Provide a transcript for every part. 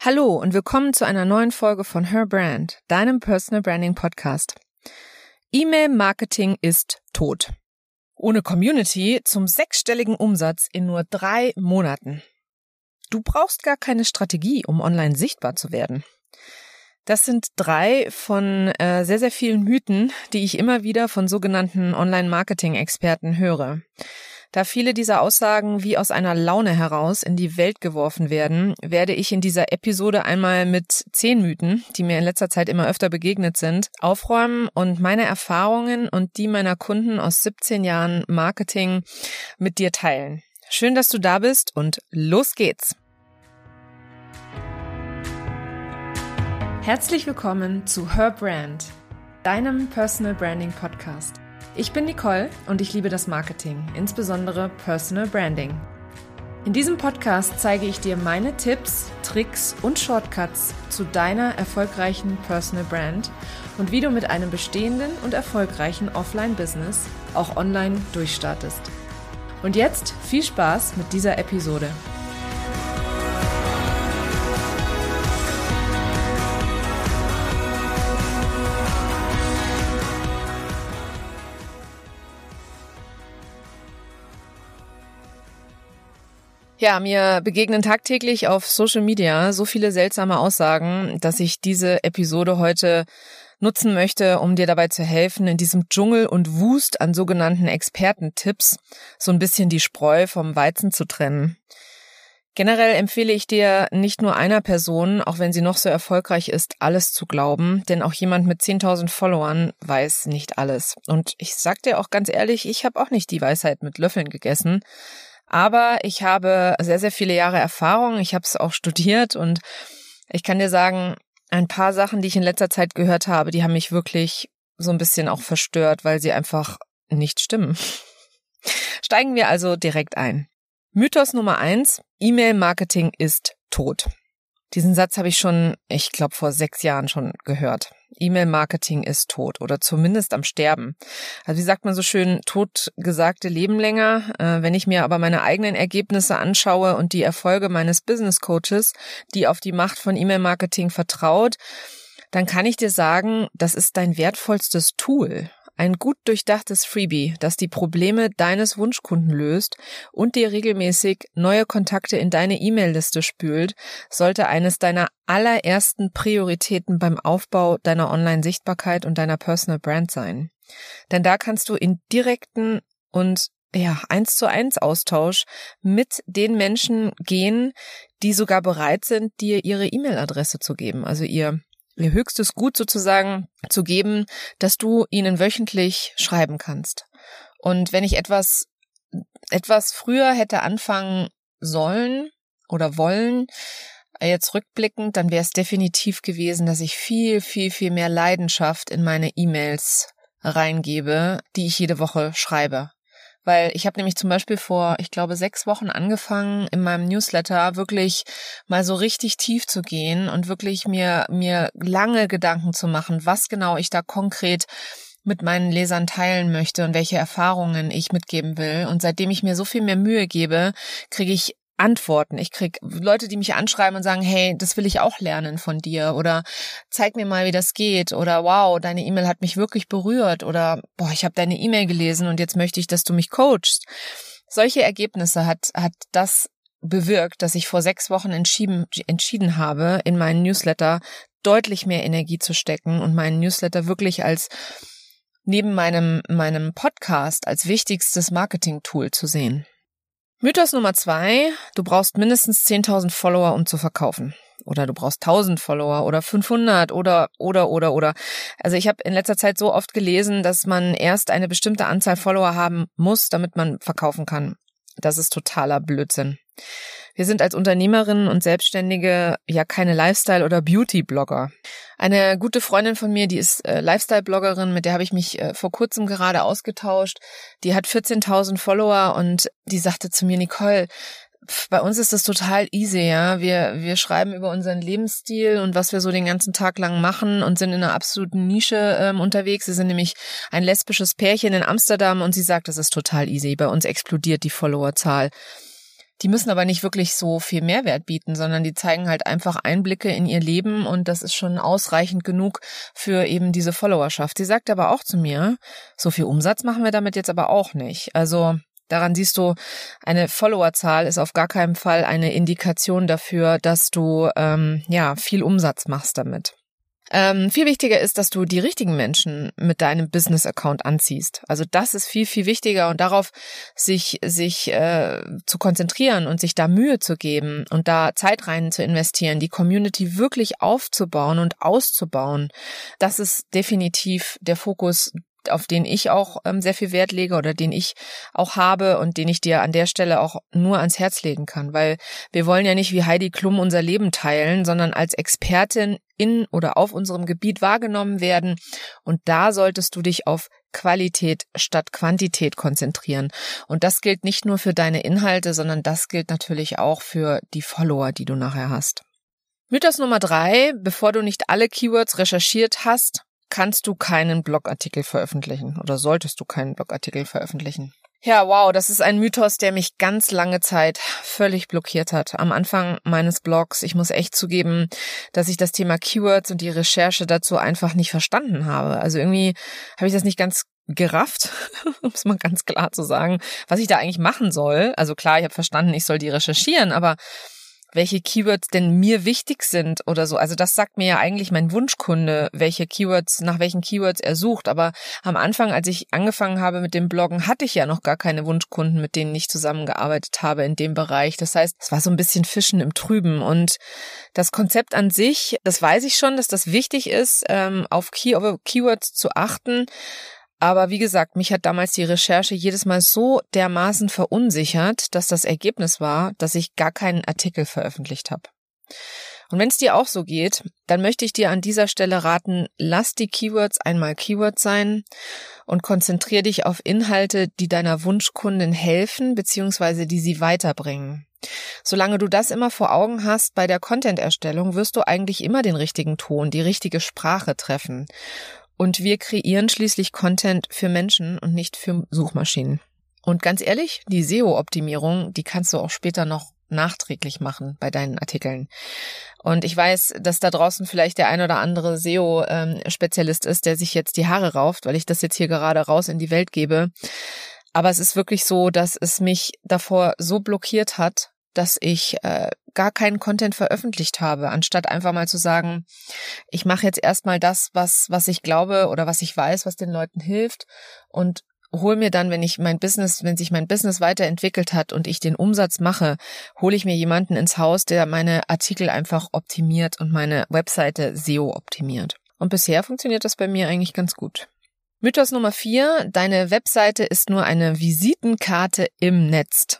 Hallo und willkommen zu einer neuen Folge von Her Brand, deinem Personal Branding Podcast. E-Mail-Marketing ist tot. Ohne Community zum 6-stelligen Umsatz in nur 3 Monaten. Du brauchst gar keine Strategie, um online sichtbar zu werden. Das sind 3 von sehr, sehr vielen Mythen, die ich immer wieder von sogenannten Online-Marketing-Experten höre. Da viele dieser Aussagen wie aus einer Laune heraus in die Welt geworfen werden, werde ich in dieser Episode einmal mit 10 Mythen, die mir in letzter Zeit immer öfter begegnet sind, aufräumen und meine Erfahrungen und die meiner Kunden aus 17 Jahren Marketing mit dir teilen. Schön, dass du da bist und los geht's! Herzlich willkommen zu Her Brand, deinem Personal Branding Podcast. Ich bin Nicole und ich liebe das Marketing, insbesondere Personal Branding. In diesem Podcast zeige ich dir meine Tipps, Tricks und Shortcuts zu deiner erfolgreichen Personal Brand und wie du mit einem bestehenden und erfolgreichen Offline-Business auch online durchstartest. Und jetzt viel Spaß mit dieser Episode. Ja, mir begegnen tagtäglich auf Social Media so viele seltsame Aussagen, dass ich diese Episode heute nutzen möchte, um dir dabei zu helfen, in diesem Dschungel und Wust an sogenannten Expertentipps so ein bisschen die Spreu vom Weizen zu trennen. Generell empfehle ich dir, nicht nur einer Person, auch wenn sie noch so erfolgreich ist, alles zu glauben, denn auch jemand mit 10.000 Followern weiß nicht alles. Und ich sag dir auch ganz ehrlich, ich habe auch nicht die Weisheit mit Löffeln gegessen. Aber ich habe sehr, sehr viele Jahre Erfahrung. Ich habe es auch studiert und ich kann dir sagen, ein paar Sachen, die ich in letzter Zeit gehört habe, die haben mich wirklich so ein bisschen auch verstört, weil sie einfach nicht stimmen. Steigen wir also direkt ein. Mythos Nummer 1, E-Mail-Marketing ist tot. Diesen Satz habe ich schon, ich glaube, vor 6 Jahren schon gehört. E-Mail-Marketing ist tot oder zumindest am Sterben. Also wie sagt man so schön, totgesagte leben länger. Wenn ich mir aber meine eigenen Ergebnisse anschaue und die Erfolge meines Business Coaches, die auf die Macht von E-Mail-Marketing vertraut, dann kann ich dir sagen, das ist dein wertvollstes Tool. Ein gut durchdachtes Freebie, das die Probleme deines Wunschkunden löst und dir regelmäßig neue Kontakte in deine E-Mail-Liste spült, sollte eines deiner allerersten Prioritäten beim Aufbau deiner Online-Sichtbarkeit und deiner Personal Brand sein. Denn da kannst du in direkten und 1:1 Austausch mit den Menschen gehen, die sogar bereit sind, dir ihre E-Mail-Adresse zu geben, also ihr höchstes Gut sozusagen zu geben, dass du ihnen wöchentlich schreiben kannst. Und wenn ich etwas früher hätte anfangen sollen oder wollen, jetzt rückblickend, dann wäre es definitiv gewesen, dass ich viel, viel, viel mehr Leidenschaft in meine E-Mails reingebe, die ich jede Woche schreibe. Weil ich habe nämlich zum Beispiel vor, ich glaube, 6 Wochen angefangen, in meinem Newsletter wirklich mal so richtig tief zu gehen und wirklich mir lange Gedanken zu machen, was genau ich da konkret mit meinen Lesern teilen möchte und welche Erfahrungen ich mitgeben will. Und seitdem ich mir so viel mehr Mühe gebe, kriege ich Antworten. Ich kriege Leute, die mich anschreiben und sagen, hey, das will ich auch lernen von dir oder zeig mir mal, wie das geht oder wow, deine E-Mail hat mich wirklich berührt oder boah, ich habe deine E-Mail gelesen und jetzt möchte ich, dass du mich coachst. Solche Ergebnisse hat das bewirkt, dass ich vor 6 Wochen entschieden habe, in meinen Newsletter deutlich mehr Energie zu stecken und meinen Newsletter wirklich als neben meinem Podcast als wichtigstes Marketing-Tool zu sehen. Mythos Nummer 2, du brauchst mindestens 10.000 Follower, um zu verkaufen. Oder du brauchst 1.000 Follower oder 500 oder. Also ich habe in letzter Zeit so oft gelesen, dass man erst eine bestimmte Anzahl Follower haben muss, damit man verkaufen kann. Das ist totaler Blödsinn. Wir sind als Unternehmerinnen und Selbstständige ja keine Lifestyle- oder Beauty-Blogger. Eine gute Freundin von mir, die ist Lifestyle-Bloggerin, mit der habe ich mich vor kurzem gerade ausgetauscht. Die hat 14.000 Follower und die sagte zu mir, Nicole, bei uns ist das total easy, ja. Wir schreiben über unseren Lebensstil und was wir so den ganzen Tag lang machen und sind in einer absoluten Nische unterwegs. Sie sind nämlich ein lesbisches Pärchen in Amsterdam und sie sagt, das ist total easy. Bei uns explodiert die Followerzahl. Die müssen aber nicht wirklich so viel Mehrwert bieten, sondern die zeigen halt einfach Einblicke in ihr Leben und das ist schon ausreichend genug für eben diese Followerschaft. Sie sagt aber auch zu mir, so viel Umsatz machen wir damit jetzt aber auch nicht. Also daran siehst du, eine Followerzahl ist auf gar keinen Fall eine Indikation dafür, dass du viel Umsatz machst damit. Viel wichtiger ist, dass du die richtigen Menschen mit deinem Business-Account anziehst. Also das ist viel, viel wichtiger und darauf sich zu konzentrieren und sich da Mühe zu geben und da Zeit rein zu investieren, die Community wirklich aufzubauen und auszubauen. Das ist definitiv der Fokus, auf den ich auch sehr viel Wert lege oder den ich auch habe und den ich dir an der Stelle auch nur ans Herz legen kann, weil wir wollen ja nicht wie Heidi Klum unser Leben teilen, sondern als Expertin in oder auf unserem Gebiet wahrgenommen werden und da solltest du dich auf Qualität statt Quantität konzentrieren und das gilt nicht nur für deine Inhalte, sondern das gilt natürlich auch für die Follower, die du nachher hast. Mythos Nummer 3, bevor du nicht alle Keywords recherchiert hast, kannst du keinen Blogartikel veröffentlichen oder solltest du keinen Blogartikel veröffentlichen. Ja, wow, das ist ein Mythos, der mich ganz lange Zeit völlig blockiert hat. Am Anfang meines Blogs, ich muss echt zugeben, dass ich das Thema Keywords und die Recherche dazu einfach nicht verstanden habe. Also irgendwie habe ich das nicht ganz gerafft, um es mal ganz klar zu sagen, was ich da eigentlich machen soll. Also klar, ich habe verstanden, ich soll die recherchieren, aber welche Keywords denn mir wichtig sind oder so. Also das sagt mir ja eigentlich mein Wunschkunde, nach welchen Keywords er sucht. Aber am Anfang, als ich angefangen habe mit dem Bloggen, hatte ich ja noch gar keine Wunschkunden, mit denen ich zusammengearbeitet habe in dem Bereich. Das heißt, es war so ein bisschen Fischen im Trüben. Und das Konzept an sich, das weiß ich schon, dass das wichtig ist, auf Keywords zu achten. Aber wie gesagt, mich hat damals die Recherche jedes Mal so dermaßen verunsichert, dass das Ergebnis war, dass ich gar keinen Artikel veröffentlicht habe. Und wenn es dir auch so geht, dann möchte ich dir an dieser Stelle raten, lass die Keywords einmal Keywords sein und konzentriere dich auf Inhalte, die deiner Wunschkundin helfen bzw. die sie weiterbringen. Solange du das immer vor Augen hast bei der Content-Erstellung, wirst du eigentlich immer den richtigen Ton, die richtige Sprache treffen. Und wir kreieren schließlich Content für Menschen und nicht für Suchmaschinen. Und ganz ehrlich, die SEO-Optimierung, die kannst du auch später noch nachträglich machen bei deinen Artikeln. Und ich weiß, dass da draußen vielleicht der ein oder andere SEO-Spezialist ist, der sich jetzt die Haare rauft, weil ich das jetzt hier gerade raus in die Welt gebe. Aber es ist wirklich so, dass es mich davor so blockiert hat, dass ich gar keinen Content veröffentlicht habe, anstatt einfach mal zu sagen, ich mache jetzt erstmal das, was ich glaube oder was ich weiß, was den Leuten hilft und hole mir dann, wenn sich mein Business weiterentwickelt hat und ich den Umsatz mache, hole ich mir jemanden ins Haus, der meine Artikel einfach optimiert und meine Webseite SEO optimiert. Und bisher funktioniert das bei mir eigentlich ganz gut. Mythos Nummer 4, deine Webseite ist nur eine Visitenkarte im Netz.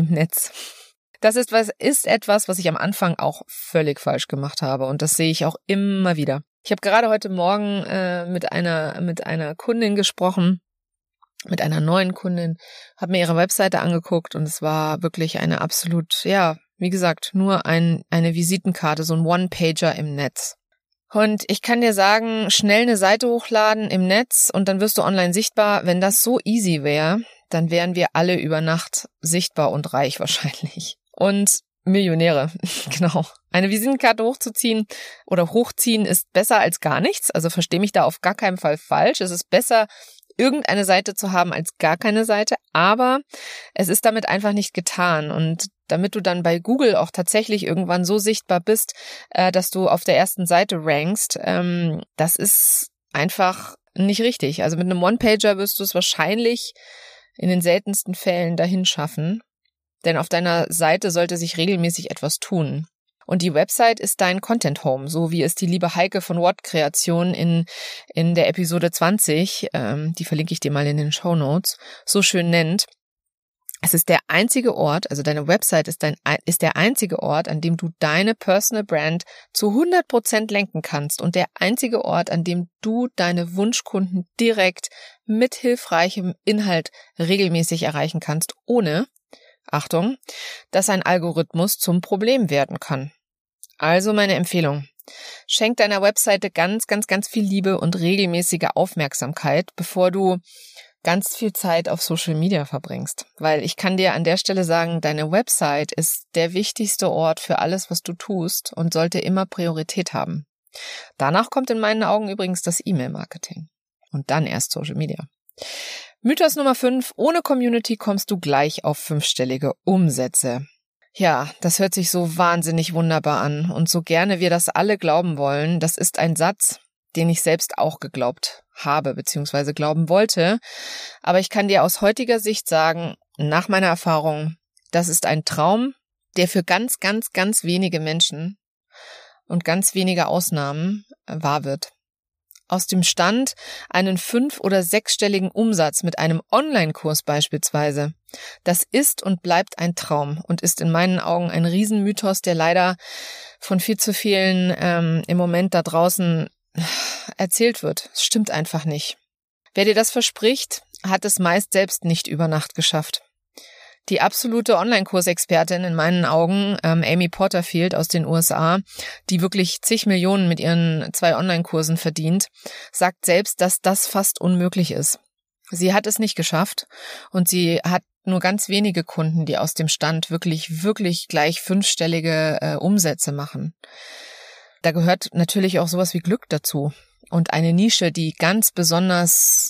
Das ist etwas, was ich am Anfang auch völlig falsch gemacht habe und das sehe ich auch immer wieder. Ich habe gerade heute Morgen mit einer Kundin gesprochen, mit einer neuen Kundin, habe mir ihre Webseite angeguckt und es war wirklich eine absolut, wie gesagt, nur eine Visitenkarte, so ein One-Pager im Netz. Und ich kann dir sagen, schnell eine Seite hochladen im Netz und dann wirst du online sichtbar. Wenn das so easy wäre, dann wären wir alle über Nacht sichtbar und reich wahrscheinlich. Und Millionäre, genau. Eine Visitenkarte hochziehen ist besser als gar nichts. Also versteh mich da auf gar keinen Fall falsch. Es ist besser, irgendeine Seite zu haben als gar keine Seite. Aber es ist damit einfach nicht getan. Und damit du dann bei Google auch tatsächlich irgendwann so sichtbar bist, dass du auf der ersten Seite rankst, das ist einfach nicht richtig. Also mit einem One-Pager wirst du es wahrscheinlich in den seltensten Fällen dahin schaffen. Denn auf deiner Seite sollte sich regelmäßig etwas tun. Und die Website ist dein Content Home, so wie es die liebe Heike von Wordkreation in der Episode 20, die verlinke ich dir mal in den Shownotes, so schön nennt. Es ist der einzige Ort, also deine Website ist der einzige Ort, an dem du deine Personal Brand zu 100% lenken kannst und der einzige Ort, an dem du deine Wunschkunden direkt mit hilfreichem Inhalt regelmäßig erreichen kannst, ohne, Achtung, dass ein Algorithmus zum Problem werden kann. Also meine Empfehlung. Schenk deiner Webseite ganz, ganz, ganz viel Liebe und regelmäßige Aufmerksamkeit, bevor du ganz viel Zeit auf Social Media verbringst. Weil ich kann dir an der Stelle sagen, deine Website ist der wichtigste Ort für alles, was du tust und sollte immer Priorität haben. Danach kommt in meinen Augen übrigens das E-Mail-Marketing. Und dann erst Social Media. Mythos Nummer 5. Ohne Community kommst du gleich auf 5-stellige Umsätze. Ja, das hört sich so wahnsinnig wunderbar an. Und so gerne wir das alle glauben wollen, das ist ein Satz, den ich selbst auch geglaubt habe bzw. glauben wollte. Aber ich kann dir aus heutiger Sicht sagen, nach meiner Erfahrung, das ist ein Traum, der für ganz, ganz, ganz wenige Menschen und ganz wenige Ausnahmen wahr wird. Aus dem Stand einen 5- oder 6-stelligen Umsatz mit einem Online-Kurs beispielsweise. Das ist und bleibt ein Traum und ist in meinen Augen ein Riesenmythos, der leider von viel zu vielen im Moment da draußen erzählt wird. Es stimmt einfach nicht. Wer dir das verspricht, hat es meist selbst nicht über Nacht geschafft. Die absolute Online-Kursexpertin in meinen Augen, Amy Porterfield aus den USA, die wirklich zig Millionen mit ihren 2 Online-Kursen verdient, sagt selbst, dass das fast unmöglich ist. Sie hat es nicht geschafft und sie hat nur ganz wenige Kunden, die aus dem Stand wirklich, wirklich gleich 5-stellige Umsätze machen. Da gehört natürlich auch sowas wie Glück dazu und eine Nische, die ganz besonders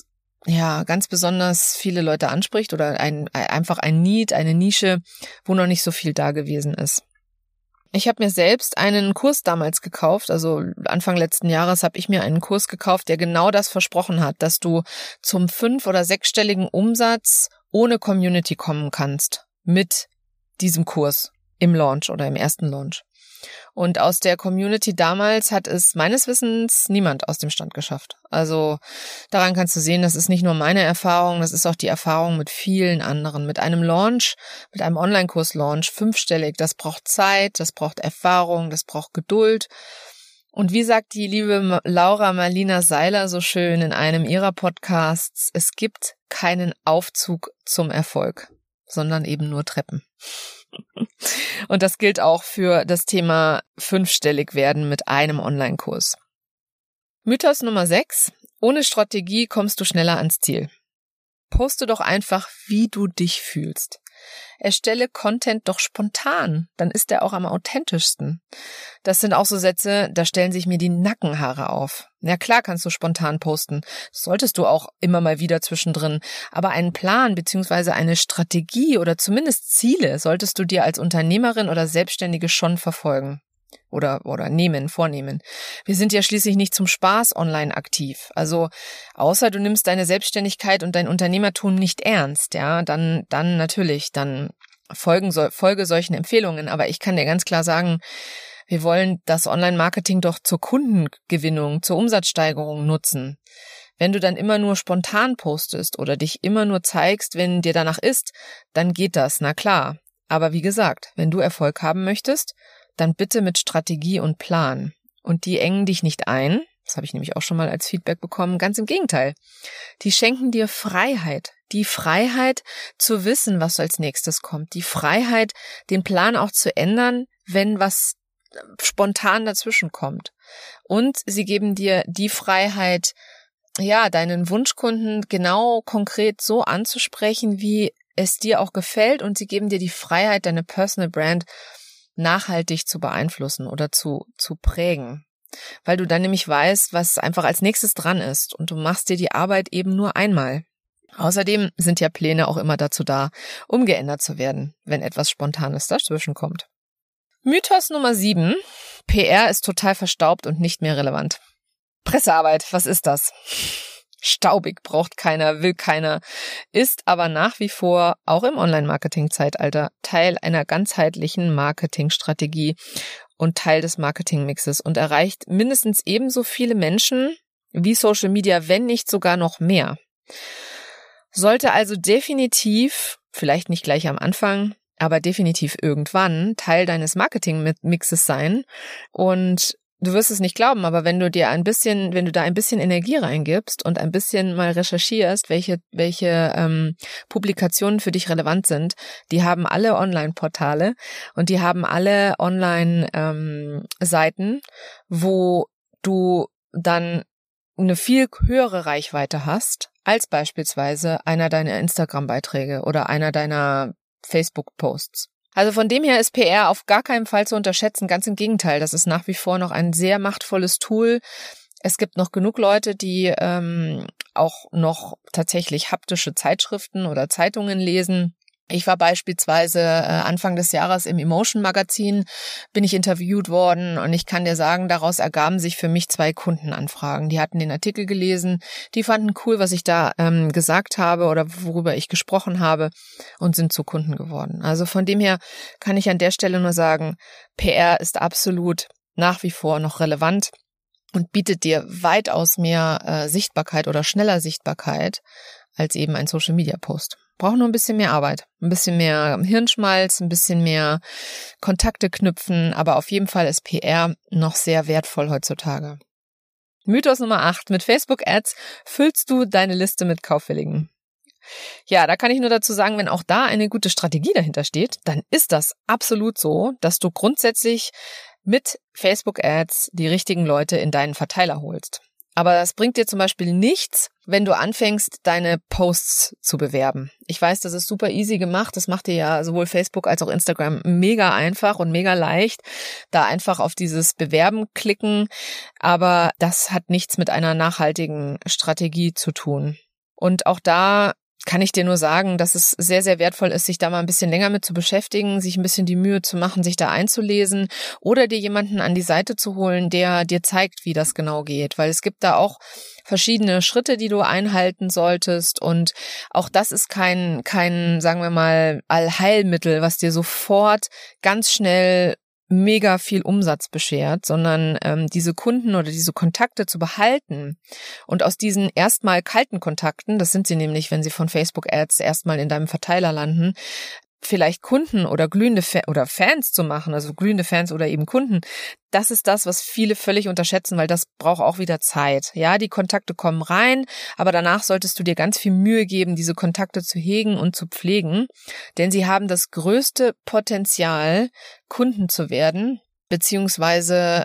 viele Leute anspricht oder einfach ein Need, eine Nische, wo noch nicht so viel da gewesen ist. Ich habe mir selbst einen Kurs damals gekauft, also Anfang letzten Jahres habe ich mir einen Kurs gekauft, der genau das versprochen hat, dass du zum 5- oder 6-stelligen Umsatz ohne Community kommen kannst mit diesem Kurs im Launch oder im ersten Launch. Und aus der Community damals hat es meines Wissens niemand aus dem Stand geschafft. Also daran kannst du sehen, das ist nicht nur meine Erfahrung, das ist auch die Erfahrung mit vielen anderen. Mit einem Launch, mit einem Online-Kurs-Launch, 5-stellig, das braucht Zeit, das braucht Erfahrung, das braucht Geduld. Und wie sagt die liebe Laura Marlina Seiler so schön in einem ihrer Podcasts, es gibt keinen Aufzug zum Erfolg, sondern eben nur Treppen. Und das gilt auch für das Thema 5-stellig werden mit einem Online-Kurs. Mythos Nummer 6. Ohne Strategie kommst du schneller ans Ziel. Poste doch einfach, wie du dich fühlst. Erstelle Content doch spontan, dann ist er auch am authentischsten. Das sind auch so Sätze, da stellen sich mir die Nackenhaare auf. Ja klar kannst du spontan posten, das solltest du auch immer mal wieder zwischendrin, aber einen Plan bzw. eine Strategie oder zumindest Ziele solltest du dir als Unternehmerin oder Selbstständige schon verfolgen. Oder vornehmen. Wir sind ja schließlich nicht zum Spaß online aktiv. Also außer du nimmst deine Selbstständigkeit und dein Unternehmertum nicht ernst, ja, dann natürlich, dann folge solchen Empfehlungen. Aber ich kann dir ganz klar sagen, wir wollen das Online-Marketing doch zur Kundengewinnung, zur Umsatzsteigerung nutzen. Wenn du dann immer nur spontan postest oder dich immer nur zeigst, wenn dir danach ist, dann geht das, na klar. Aber wie gesagt, wenn du Erfolg haben möchtest, dann bitte mit Strategie und Plan. Und die engen dich nicht ein, das habe ich nämlich auch schon mal als Feedback bekommen, ganz im Gegenteil. Die schenken dir Freiheit. Die Freiheit zu wissen, was als nächstes kommt. Die Freiheit, den Plan auch zu ändern, wenn was spontan dazwischen kommt. Und sie geben dir die Freiheit, ja, deinen Wunschkunden genau konkret so anzusprechen, wie es dir auch gefällt. Und sie geben dir die Freiheit, deine Personal Brand nachhaltig zu beeinflussen oder zu prägen. Weil du dann nämlich weißt, was einfach als nächstes dran ist und du machst dir die Arbeit eben nur einmal. Außerdem sind ja Pläne auch immer dazu da, um geändert zu werden, wenn etwas Spontanes dazwischen kommt. Mythos Nummer 7. PR ist total verstaubt und nicht mehr relevant. Pressearbeit, was ist das? Staubig, braucht keiner, will keiner, ist aber nach wie vor auch im Online-Marketing-Zeitalter Teil einer ganzheitlichen Marketingstrategie und Teil des Marketingmixes und erreicht mindestens ebenso viele Menschen wie Social Media, wenn nicht sogar noch mehr. Sollte also definitiv, vielleicht nicht gleich am Anfang, aber definitiv irgendwann Teil deines Marketingmixes sein. Und du wirst es nicht glauben, aber wenn du da ein bisschen Energie reingibst und ein bisschen mal recherchierst, welche Publikationen für dich relevant sind, die haben alle Online-Portale und die haben alle Online-Seiten, wo du dann eine viel höhere Reichweite hast als beispielsweise einer deiner Instagram-Beiträge oder einer deiner Facebook-Posts. Also von dem her ist PR auf gar keinen Fall zu unterschätzen. Ganz im Gegenteil, das ist nach wie vor noch ein sehr machtvolles Tool. Es gibt noch genug Leute, die auch noch tatsächlich haptische Zeitschriften oder Zeitungen lesen. Ich war beispielsweise Anfang des Jahres im Emotion-Magazin, bin ich interviewt worden und ich kann dir sagen, daraus ergaben sich für mich 2 Kundenanfragen. Die hatten den Artikel gelesen, die fanden cool, was ich da gesagt habe oder worüber ich gesprochen habe und sind zu Kunden geworden. Also von dem her kann ich an der Stelle nur sagen, PR ist absolut nach wie vor noch relevant und bietet dir weitaus mehr Sichtbarkeit oder schneller Sichtbarkeit als eben ein Social-Media-Post. Braucht nur ein bisschen mehr Arbeit, ein bisschen mehr Hirnschmalz, ein bisschen mehr Kontakte knüpfen, aber auf jeden Fall ist PR noch sehr wertvoll heutzutage. Mythos Nummer 8. Mit Facebook-Ads füllst du deine Liste mit Kaufwilligen. Ja, da kann ich nur dazu sagen, wenn auch da eine gute Strategie dahinter steht, dann ist das absolut so, dass du grundsätzlich mit Facebook-Ads die richtigen Leute in deinen Verteiler holst. Aber das bringt dir zum Beispiel nichts, wenn du anfängst, deine Posts zu bewerben. Ich weiß, das ist super easy gemacht. Das macht dir ja sowohl Facebook als auch Instagram mega einfach und mega leicht, da einfach auf dieses Bewerben klicken. Aber das hat nichts mit einer nachhaltigen Strategie zu tun. Und auch da kann ich dir nur sagen, dass es sehr, sehr wertvoll ist, sich da mal ein bisschen länger mit zu beschäftigen, sich ein bisschen die Mühe zu machen, sich da einzulesen oder dir jemanden an die Seite zu holen, der dir zeigt, wie das genau geht. Weil es gibt da auch verschiedene Schritte, die du einhalten solltest und auch das ist kein, sagen wir mal, Allheilmittel, was dir sofort ganz schnell mega viel Umsatz beschert, sondern diese Kunden oder diese Kontakte zu behalten und aus diesen erstmal kalten Kontakten, das sind sie nämlich, wenn sie von Facebook-Ads erstmal in deinem Verteiler landen, vielleicht Kunden oder glühende oder Fans zu machen, also glühende Fans oder eben Kunden, das ist das, was viele völlig unterschätzen, weil das braucht auch wieder Zeit. Ja, die Kontakte kommen rein, aber danach solltest du dir ganz viel Mühe geben, diese Kontakte zu hegen und zu pflegen, denn sie haben das größte Potenzial, Kunden zu werden, beziehungsweise,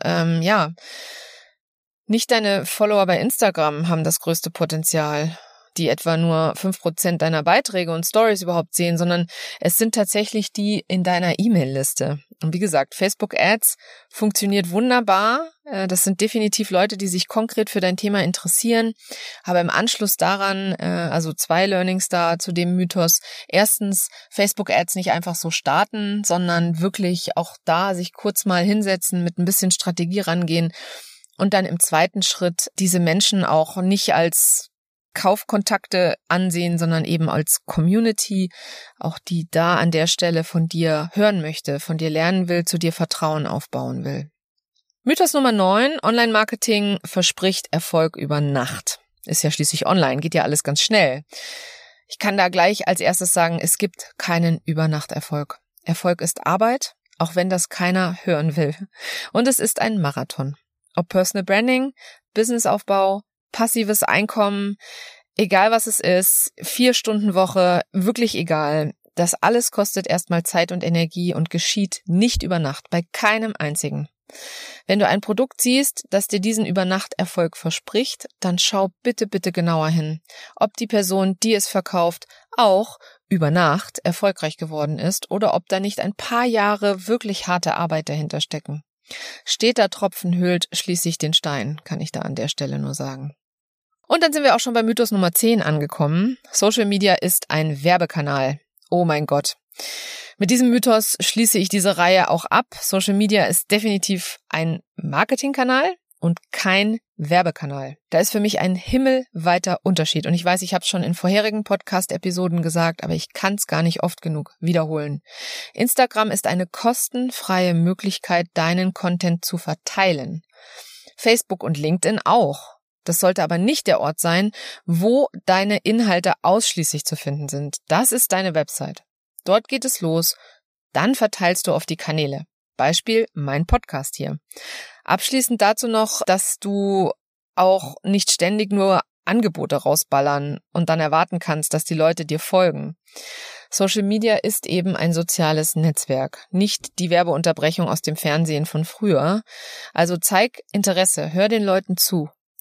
nicht deine Follower bei Instagram haben das größte Potenzial, die etwa nur 5% deiner Beiträge und Stories überhaupt sehen, sondern es sind tatsächlich die in deiner E-Mail-Liste. Und wie gesagt, Facebook-Ads funktioniert wunderbar. Das sind definitiv Leute, die sich konkret für dein Thema interessieren. Aber im Anschluss daran, also 2 Learnings da zu dem Mythos. Erstens, Facebook-Ads nicht einfach so starten, sondern wirklich auch da sich kurz mal hinsetzen, mit ein bisschen Strategie rangehen. Und dann im zweiten Schritt diese Menschen auch nicht als Kaufkontakte ansehen, sondern eben als Community, auch die da an der Stelle von dir hören möchte, von dir lernen will, zu dir Vertrauen aufbauen will. Mythos Nummer 9, Online-Marketing verspricht Erfolg über Nacht. Ist ja schließlich online, geht ja alles ganz schnell. Ich kann da gleich als erstes sagen, es gibt keinen Übernachterfolg. Erfolg ist Arbeit, auch wenn das keiner hören will. Und es ist ein Marathon. Ob Personal Branding, Businessaufbau, passives Einkommen, egal was es ist, 4-Stunden-Woche, wirklich egal. Das alles kostet erstmal Zeit und Energie und geschieht nicht über Nacht, bei keinem einzigen. Wenn du ein Produkt siehst, das dir diesen Übernachterfolg verspricht, dann schau bitte, bitte genauer hin, ob die Person, die es verkauft, auch über Nacht erfolgreich geworden ist oder ob da nicht ein paar Jahre wirklich harte Arbeit dahinter stecken. Steter Tropfen höhlt schließlich den Stein, kann ich da an der Stelle nur sagen. Und dann sind wir auch schon bei Mythos Nummer 10 angekommen. Social Media ist ein Werbekanal. Oh mein Gott. Mit diesem Mythos schließe ich diese Reihe auch ab. Social Media ist definitiv ein Marketingkanal und kein Werbekanal. Da ist für mich ein himmelweiter Unterschied. Und ich weiß, ich habe es schon in vorherigen Podcast-Episoden gesagt, aber ich kann es gar nicht oft genug wiederholen. Instagram ist eine kostenfreie Möglichkeit, deinen Content zu verteilen. Facebook und LinkedIn auch. Das sollte aber nicht der Ort sein, wo deine Inhalte ausschließlich zu finden sind. Das ist deine Website. Dort geht es los. Dann verteilst du auf die Kanäle. Beispiel mein Podcast hier. Abschließend dazu noch, dass du auch nicht ständig nur Angebote rausballern und dann erwarten kannst, dass die Leute dir folgen. Social Media ist eben ein soziales Netzwerk, nicht die Werbeunterbrechung aus dem Fernsehen von früher. Also zeig Interesse, hör den Leuten zu.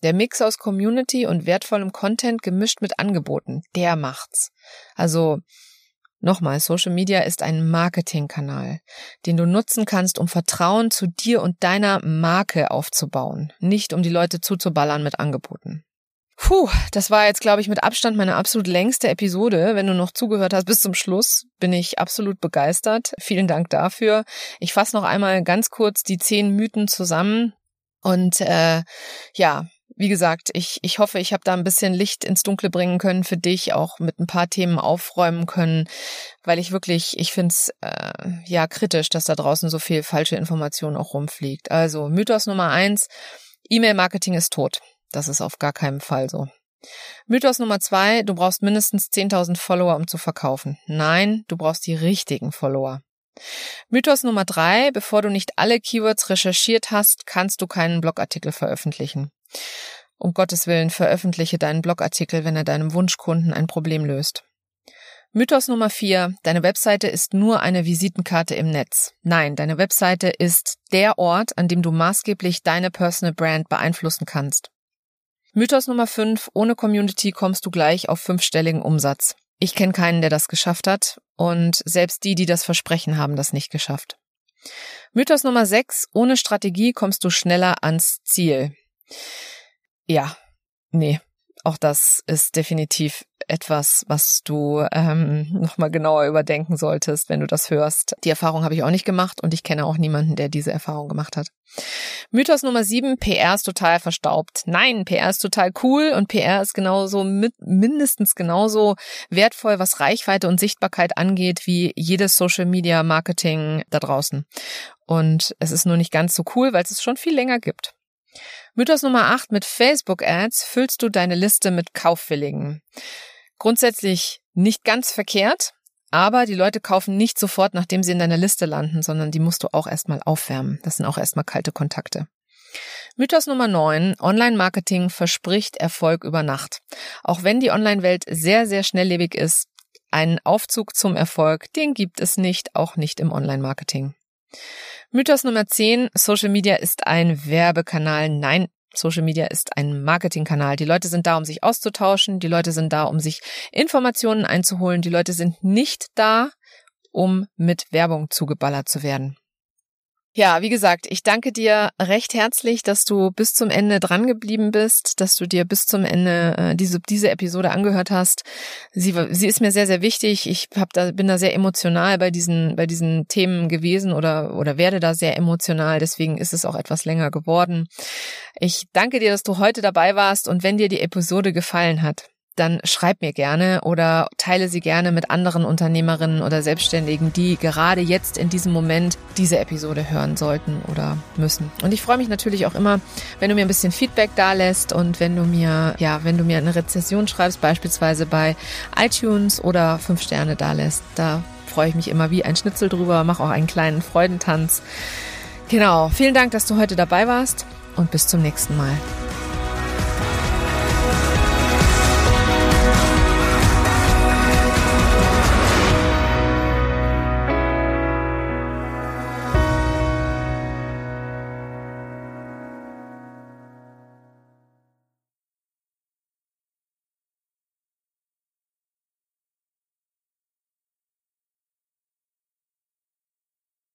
Der Mix aus Community und wertvollem Content gemischt mit Angeboten, der macht's. Also nochmal, Social Media ist ein Marketingkanal, den du nutzen kannst, um Vertrauen zu dir und deiner Marke aufzubauen, nicht um die Leute zuzuballern mit Angeboten. Das war jetzt, glaube ich, mit Abstand meine absolut längste Episode. Wenn du noch zugehört hast bis zum Schluss, bin ich absolut begeistert. Vielen Dank dafür. Ich fasse noch einmal ganz kurz die 10 Mythen zusammen und wie gesagt, ich hoffe, ich habe da ein bisschen Licht ins Dunkle bringen können für dich, auch mit ein paar Themen aufräumen können, weil ich finde es kritisch, dass da draußen so viel falsche Information auch rumfliegt. Also Mythos Nummer 1, E-Mail-Marketing ist tot. Das ist auf gar keinen Fall so. Mythos Nummer 2, du brauchst mindestens 10.000 Follower, um zu verkaufen. Nein, du brauchst die richtigen Follower. Mythos Nummer 3, bevor du nicht alle Keywords recherchiert hast, kannst du keinen Blogartikel veröffentlichen. Um Gottes Willen, veröffentliche deinen Blogartikel, wenn er deinem Wunschkunden ein Problem löst. Mythos Nummer 4, deine Webseite ist nur eine Visitenkarte im Netz. Nein, deine Webseite ist der Ort, an dem du maßgeblich deine Personal Brand beeinflussen kannst. Mythos Nummer 5, ohne Community kommst du gleich auf 5-stelligen Umsatz. Ich kenne keinen, der das geschafft hat und selbst die das versprechen, haben das nicht geschafft. Mythos Nummer 6, ohne Strategie kommst du schneller ans Ziel. Ja, nee, auch das ist definitiv etwas, was du nochmal genauer überdenken solltest, wenn du das hörst. Die Erfahrung habe ich auch nicht gemacht und ich kenne auch niemanden, der diese Erfahrung gemacht hat. Mythos Nummer 7, PR ist total verstaubt. Nein, PR ist total cool und PR ist mindestens genauso wertvoll, was Reichweite und Sichtbarkeit angeht, wie jedes Social Media Marketing da draußen. Und es ist nur nicht ganz so cool, weil es es schon viel länger gibt. Mythos Nummer 8, mit Facebook-Ads füllst du deine Liste mit Kaufwilligen. Grundsätzlich nicht ganz verkehrt, aber die Leute kaufen nicht sofort, nachdem sie in deiner Liste landen, sondern die musst du auch erstmal aufwärmen. Das sind auch erstmal kalte Kontakte. Mythos Nummer 9, Online-Marketing verspricht Erfolg über Nacht. Auch wenn die Online-Welt sehr, sehr schnelllebig ist, einen Aufzug zum Erfolg, den gibt es nicht, auch nicht im Online-Marketing. Mythos Nummer 10, Social Media ist ein Werbekanal. Nein, Social Media ist ein Marketingkanal. Die Leute sind da, um sich auszutauschen. Die Leute sind da, um sich Informationen einzuholen. Die Leute sind nicht da, um mit Werbung zugeballert zu werden. Ja, wie gesagt, ich danke dir recht herzlich, dass du bis zum Ende dran geblieben bist, dass du dir bis zum Ende diese Episode angehört hast. Sie ist mir sehr, sehr wichtig. Ich bin da sehr emotional bei diesen Themen gewesen oder werde da sehr emotional. Deswegen ist es auch etwas länger geworden. Ich danke dir, dass du heute dabei warst und wenn dir die Episode gefallen hat, dann schreib mir gerne oder teile sie gerne mit anderen Unternehmerinnen oder Selbstständigen, die gerade jetzt in diesem Moment diese Episode hören sollten oder müssen. Und ich freue mich natürlich auch immer, wenn du mir ein bisschen Feedback dalässt und wenn du mir eine Rezension schreibst, beispielsweise bei iTunes oder 5 Sterne dalässt. Da freue ich mich immer wie ein Schnitzel drüber, mache auch einen kleinen Freudentanz. Genau, vielen Dank, dass du heute dabei warst und bis zum nächsten Mal.